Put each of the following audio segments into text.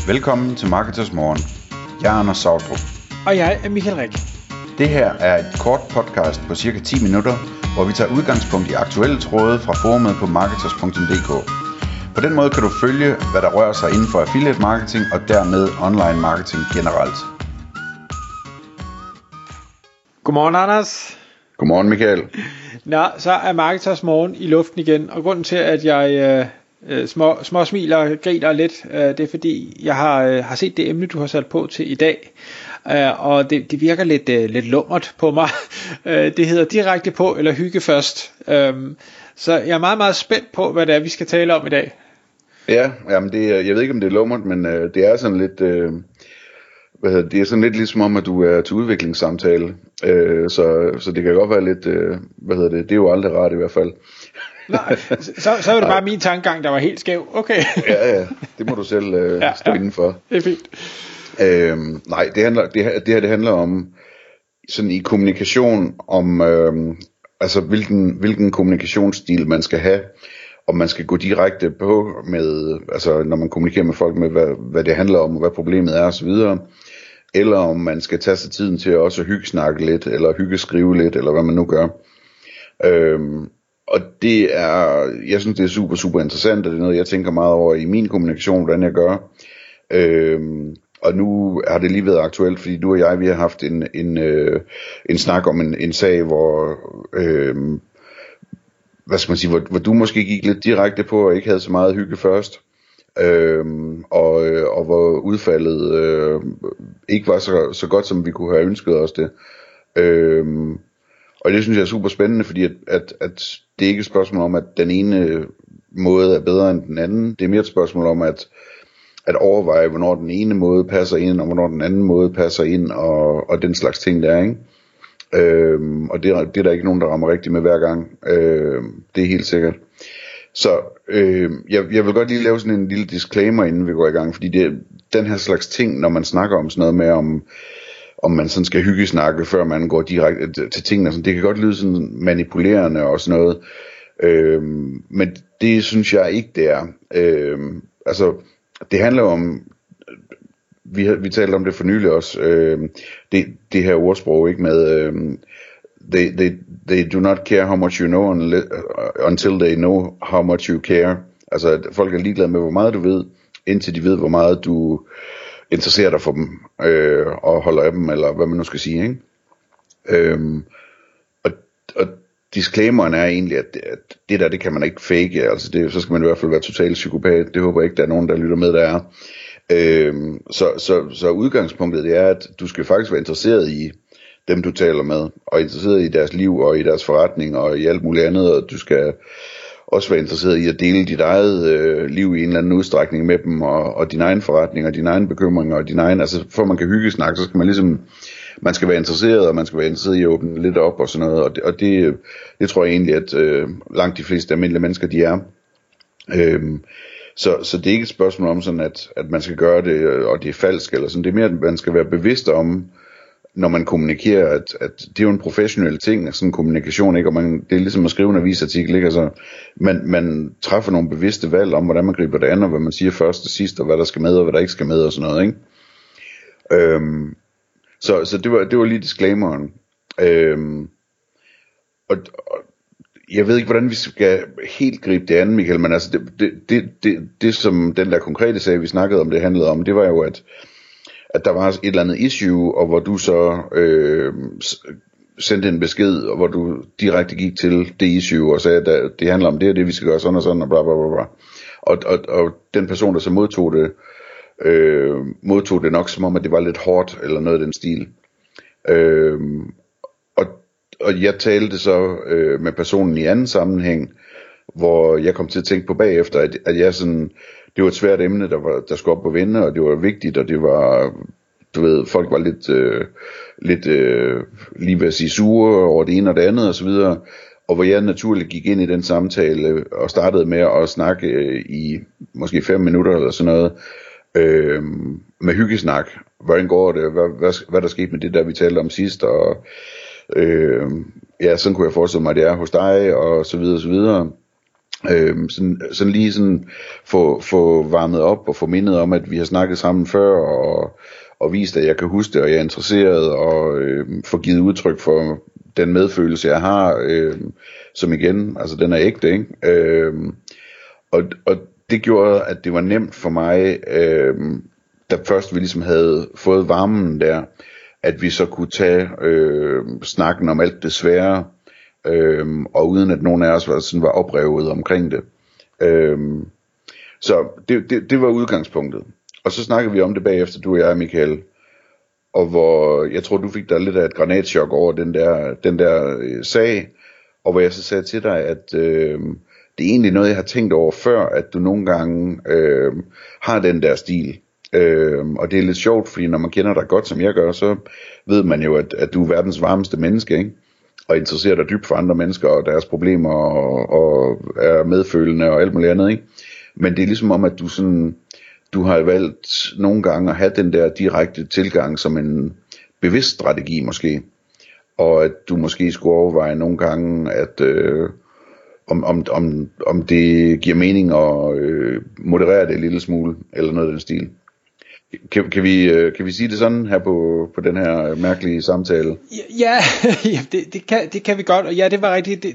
Velkommen til Marketers Morgen. Jeg er Anders Sautrup. Og jeg er Michael Rik. Det her er et kort podcast på cirka 10 minutter, hvor vi tager udgangspunkt i aktuelle tråde fra forumet på marketers.dk. På den måde kan du følge, hvad der rører sig inden for affiliate marketing og dermed online marketing generelt. Godmorgen, Anders. Godmorgen, Michael. Nå, så er Marketers Morgen i luften igen, og grunden til, at jeg små smiler og griner lidt, det er fordi, jeg har set det emne, du har sat på til i dag, og det virker lidt lummert på mig. Det hedder direkte på eller hygge først. Så jeg er meget, meget spændt på, hvad det er, vi skal tale om i dag. Ja, jamen jeg ved ikke, om det er lummert, men det er sådan lidt... det er sådan lidt ligesom om, at du er til udviklingssamtale, så det kan godt være lidt, det er jo aldrig rart i hvert fald. Nej, så er det bare min tankegang, der var helt skæv. Okay. Ja, det må du selv stå indenfor. Det er fint. Nej, det handler om sådan i kommunikation om altså hvilken kommunikationsstil man skal have, om man skal gå direkte på med, altså når man kommunikerer med folk med hvad det handler om, og hvad problemet er osv., eller om man skal tage sig tiden til også at hyggesnakke lidt, eller hyggeskrive lidt, eller hvad man nu gør. Og jeg synes det er super, super interessant, og det er noget jeg tænker meget over i min kommunikation, hvordan jeg gør. Og nu har det lige været aktuelt, fordi du og jeg, vi har haft en snak om en sag, hvor hvad skal man sige, hvor du måske gik lidt direkte på og ikke havde så meget hygge først, og hvor udfaldet ikke var så godt, som vi kunne have ønsket os det. Og det synes jeg er super spændende, fordi at det er ikke et spørgsmål om, at den ene måde er bedre end den anden. Det er mere et spørgsmål om at overveje, hvornår den ene måde passer ind, og hvornår den anden måde passer ind, og den slags ting der, ikke? Og det er der ikke nogen, der rammer rigtigt med hver gang. Det er helt sikkert. Så jeg vil godt lige lave sådan en lille disclaimer, inden vi går i gang, fordi det den her slags ting, når man snakker om sådan noget med, om man sådan skal hyggesnakke, før man går direkte til tingene, sådan, det kan godt lyde sådan manipulerende og sådan noget. Men det synes jeg ikke, det er. Altså, det handler om, vi talte om det for nylig også, det her ordsprog, ikke, med they do not care how much you know until they know how much you care. Altså, folk er ligeglade med, hvor meget du ved, indtil de ved, hvor meget du interesserer dig for dem, og holder af dem, eller hvad man nu skal sige, ikke? Og disclaimeren er egentlig, at det der, det kan man ikke fake, altså så skal man i hvert fald være totalt psykopat. Det håber jeg ikke, der er nogen, der lytter med, der er. Så udgangspunktet det er, at du skal faktisk være interesseret i dem, du taler med, og interesseret i deres liv, og i deres forretning, og i alt muligt andet, og du skal også være interesseret i at dele dit eget liv i en eller anden udstrækning med dem, og din egen forretning, og dine egne bekymringer, og din egen, altså for man kan hyggesnakke, så skal man ligesom, man skal være interesseret, og man skal være interesseret i at åbne lidt op og sådan noget, og det tror jeg egentlig, at langt de fleste almindelige mennesker, de er. Så det er ikke et spørgsmål om sådan, at man skal gøre det, og det er falsk, eller sådan, det er mere, at man skal være bevidst om, når man kommunikerer, at det er jo en professionel ting, sådan en kommunikation, ikke? Og det er ligesom at skrive en avisartikel, ikke? Altså, man træffer nogle bevidste valg om, hvordan man griber det an, og hvad man siger først og sidst, og hvad der skal med, og hvad der ikke skal med, og sådan noget, ikke? Så det var lige disclaimeren. Og jeg ved ikke, hvordan vi skal helt gribe det an, Michael, men altså, det som den der konkrete sag, vi snakkede om, det handlede om, det var jo, at der var et eller andet issue, og hvor du så sendte en besked, og hvor du direkte gik til det issue, og sagde, at det handler om det, og det vi skal gøre sådan og sådan, og bla bla bla. Og den person, der så modtog det nok som om, at det var lidt hårdt, eller noget af den stil. Og jeg talte så med personen i anden sammenhæng, hvor jeg kom til at tænke på bagefter, at jeg sådan, det var et svært emne, der skulle op på vinde, og det var vigtigt, og det var, du ved, folk var lidt lige ved at sige sure over det ene og det andet og så videre, og hvor jeg naturligt gik ind i den samtale og startede med at snakke i måske 5 minutter eller sådan noget, med hyggesnak. Hvordan går det? Hvad der skete med det der, vi talte om sidst, og ja, sådan kunne jeg forestille mig, at det er hos dig, og så videre, og så videre. Sådan lige sådan få varmet op og få mindet om, at vi har snakket sammen før, og vist, at jeg kan huske det, og jeg er interesseret, og få givet udtryk for den medfølelse, jeg har, som igen, altså den er ægte, ikke? Og det gjorde, at det var nemt for mig, da først vi ligesom havde fået varmen der, at vi så kunne tage snakken om alt det svære, og uden at nogen af os var oprevet omkring det. Så det var udgangspunktet. Og så snakkede vi om det bagefter, du og jeg, Michael, og hvor jeg tror, du fik der lidt af et granatschok over den der sag, og hvor jeg så sagde til dig, at det er egentlig noget, jeg har tænkt over før, at du nogle gange har den der stil. Og det er lidt sjovt, fordi når man kender dig godt, som jeg gør, så ved man jo, at du er verdens varmeste menneske, ikke? Og interesserer dig dybt for andre mennesker og deres problemer, og er medfølende og alt muligt andet, ikke? Men det er ligesom om, at du har valgt nogle gange at have den der direkte tilgang som en bevidst strategi måske, og at du måske skulle overveje nogle gange, at om det giver mening at moderere det en lille smule, eller noget af den stil. Kan vi sige det sådan her på den her mærkelige samtale? Ja, det kan vi godt, og ja, det var rigtigt,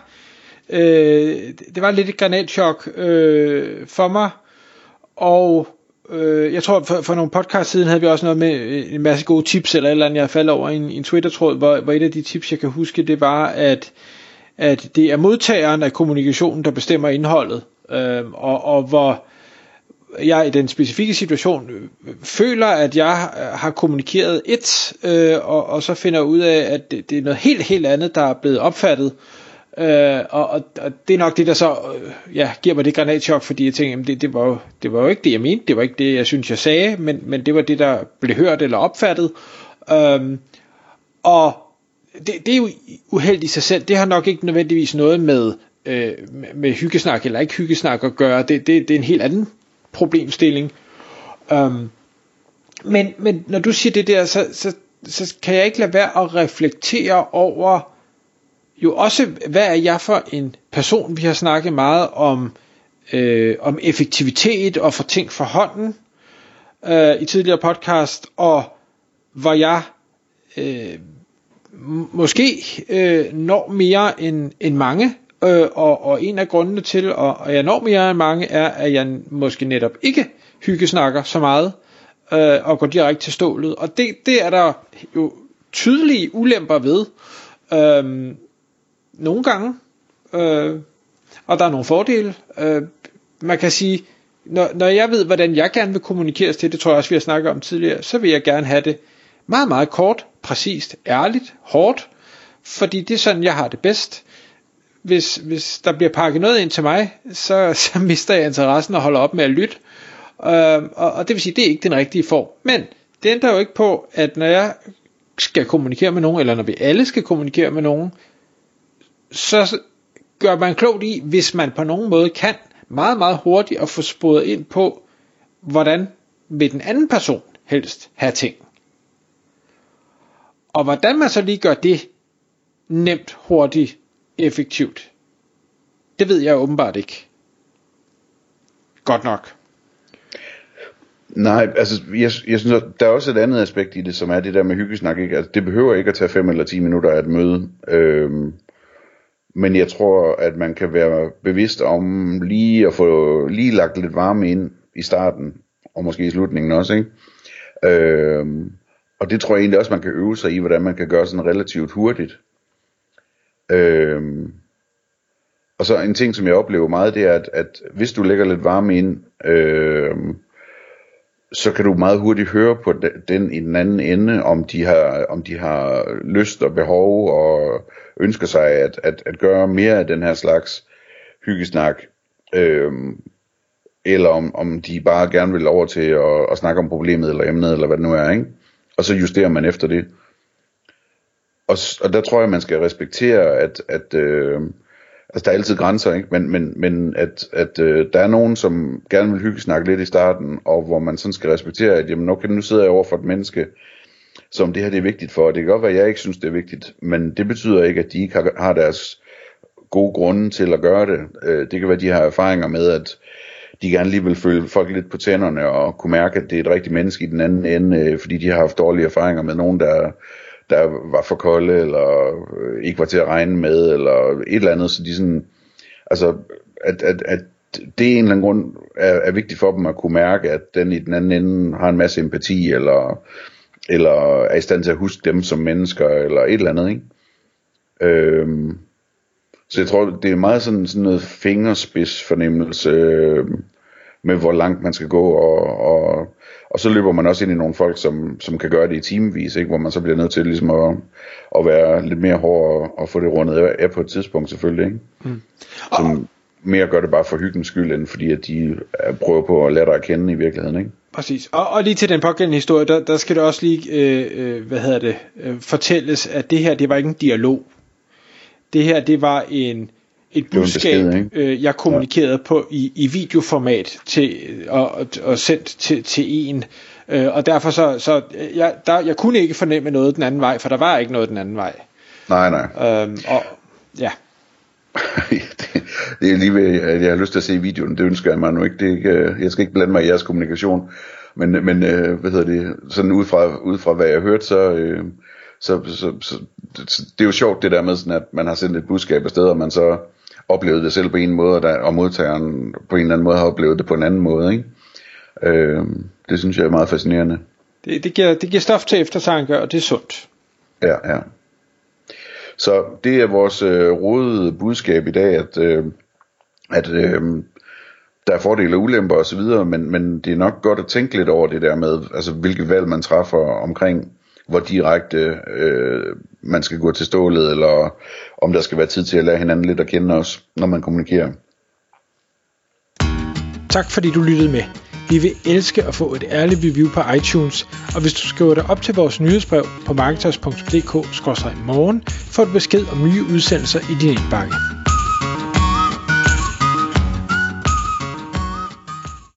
det var lidt et granatschok for mig, og jeg tror for nogle podcast siden havde vi også noget med en masse gode tips, eller et eller andet, jeg faldt over en Twitter-tråd, hvor et af de tips, jeg kan huske, det var, at det er modtageren af kommunikationen, der bestemmer indholdet, og hvor jeg i den specifikke situation føler, at jeg har kommunikeret og så finder ud af, at det er noget helt andet, der er blevet opfattet, og det er nok det, der så giver mig det granatschok, fordi jeg tænker, jamen det var jo ikke det, jeg mente, det var ikke det, jeg synes, jeg sagde, men det var det, der blev hørt eller opfattet, og det er jo uheldigt i sig selv. Det har nok ikke nødvendigvis noget med hyggesnak eller ikke hyggesnak at gøre. Det er en helt anden problemstilling. Men når du siger det der, så kan jeg ikke lade være at reflektere over jo også, hvad er jeg for en person. Vi har snakket meget om effektivitet og få ting for hånden i tidligere podcast, og hvor jeg måske når mere end mange, og en af grundene til, at jeg når mere end mange, er, at jeg måske netop ikke hyggesnakker så meget, og går direkte til stålet, og det er der jo tydelige ulemper ved, nogle gange, og der er nogle fordele. Man kan sige, når jeg ved, hvordan jeg gerne vil kommunikeres til, det tror jeg også, vi har snakket om tidligere, så vil jeg gerne have det meget, meget kort, præcist, ærligt, hårdt, fordi det er sådan, jeg har det bedst. Hvis der bliver pakket noget ind til mig, så mister jeg interessen og holder op med at lytte, og det vil sige, det er ikke den rigtige form. Men det ændrer jo ikke på, at når jeg skal kommunikere med nogen, eller når vi alle skal kommunikere med nogen, så gør man klogt i, hvis man på nogen måde kan, meget, meget hurtigt at få sporet ind på, hvordan vil den anden person helst have ting. Og hvordan man så lige gør det nemt, hurtigt, effektivt, det ved jeg åbenbart ikke. Godt nok. Nej, altså jeg synes, der er også et andet aspekt i det, som er det der med hyggesnak, ikke? Altså, det behøver ikke at tage 5 eller 10 minutter af et møde, men jeg tror, at man kan være bevidst om lige at få lige lagt lidt varme ind i starten, og måske i slutningen også, ikke? Og det tror jeg egentlig også, man kan øve sig i, hvordan man kan gøre sådan relativt hurtigt. Og så en ting, som jeg oplever meget, det er, at hvis du lægger lidt varme ind, så kan du meget hurtigt høre på den i den anden ende, om de har lyst og behov og ønsker sig at gøre mere af den her slags hyggesnak, eller om de bare gerne vil over til at snakke om problemet eller emnet, eller hvad det nu er, ikke? Og så justerer man efter det. Og der tror jeg, man skal respektere, at altså der er altid grænser, ikke? Men at der er nogen, som gerne vil hyggesnakke lidt i starten, og hvor man sådan skal respektere, at jamen, okay, nu sidder jeg over for et menneske, som det her det er vigtigt for. Det kan godt være, at jeg ikke synes, det er vigtigt, men det betyder ikke, at de ikke har deres gode grunde til at gøre det. Det kan være, de har erfaringer med, at de gerne lige vil følge folk lidt på tænderne og kunne mærke, at det er et rigtigt menneske i den anden ende, fordi de har haft dårlige erfaringer med nogen, der var for kolde, eller ikke var til at regne med, eller et eller andet, så de sådan, altså, at det er en eller anden grund er vigtigt for dem at kunne mærke, at den i den anden ende har en masse empati, eller er i stand til at huske dem som mennesker, eller et eller andet, ikke? Så jeg tror, det er meget sådan noget fingerspidsfornemmelse med, hvor langt man skal gå, og så løber man også ind i nogle folk, som kan gøre det i timevis, ikke? Hvor man så bliver nødt til ligesom at være lidt mere hård og få det rundet af på et tidspunkt selvfølgelig, ikke? Som mere gør det bare for hyggens skyld, end fordi at de prøver på at lære dig at kende i virkeligheden, ikke? Præcis. Og lige til den pågældende historie, der skal det også lige fortælles, at det her, det var ikke en dialog. Det her, det var et budskab, jeg kommunikerede på i videoformat til og sendt til en. Og derfor så jeg kunne ikke fornemme noget den anden vej, for der var ikke noget den anden vej. Nej. Og ja. det er lige ved, at jeg har lyst til at se videoen. Det ønsker jeg mig nu ikke. Jeg skal ikke blande mig i jeres kommunikation. Men sådan ud fra hvad jeg har hørt, så det er jo sjovt det der med sådan, at man har sendt et budskab afsted, og man så oplevede det selv på en måde, og modtageren på en eller anden måde har oplevet det på en anden måde, ikke? Det synes jeg er meget fascinerende. Det giver stof til eftertanke, og det er sundt. Ja. Så det er vores rodede budskab i dag, at der er fordele og ulemper og så videre, men det er nok godt at tænke lidt over det der med, altså hvilke valg man træffer omkring, hvor direkte man skal gå til stålet, eller om der skal være tid til at lære hinanden lidt at kende også, når man kommunikerer. Tak fordi du lyttede med. Vi vil elske at få et ærligt review på iTunes, og hvis du skriver dig op til vores nyhedsbrev på marketers.dk/morgen, får du besked om nye udsendelser i din indbakke.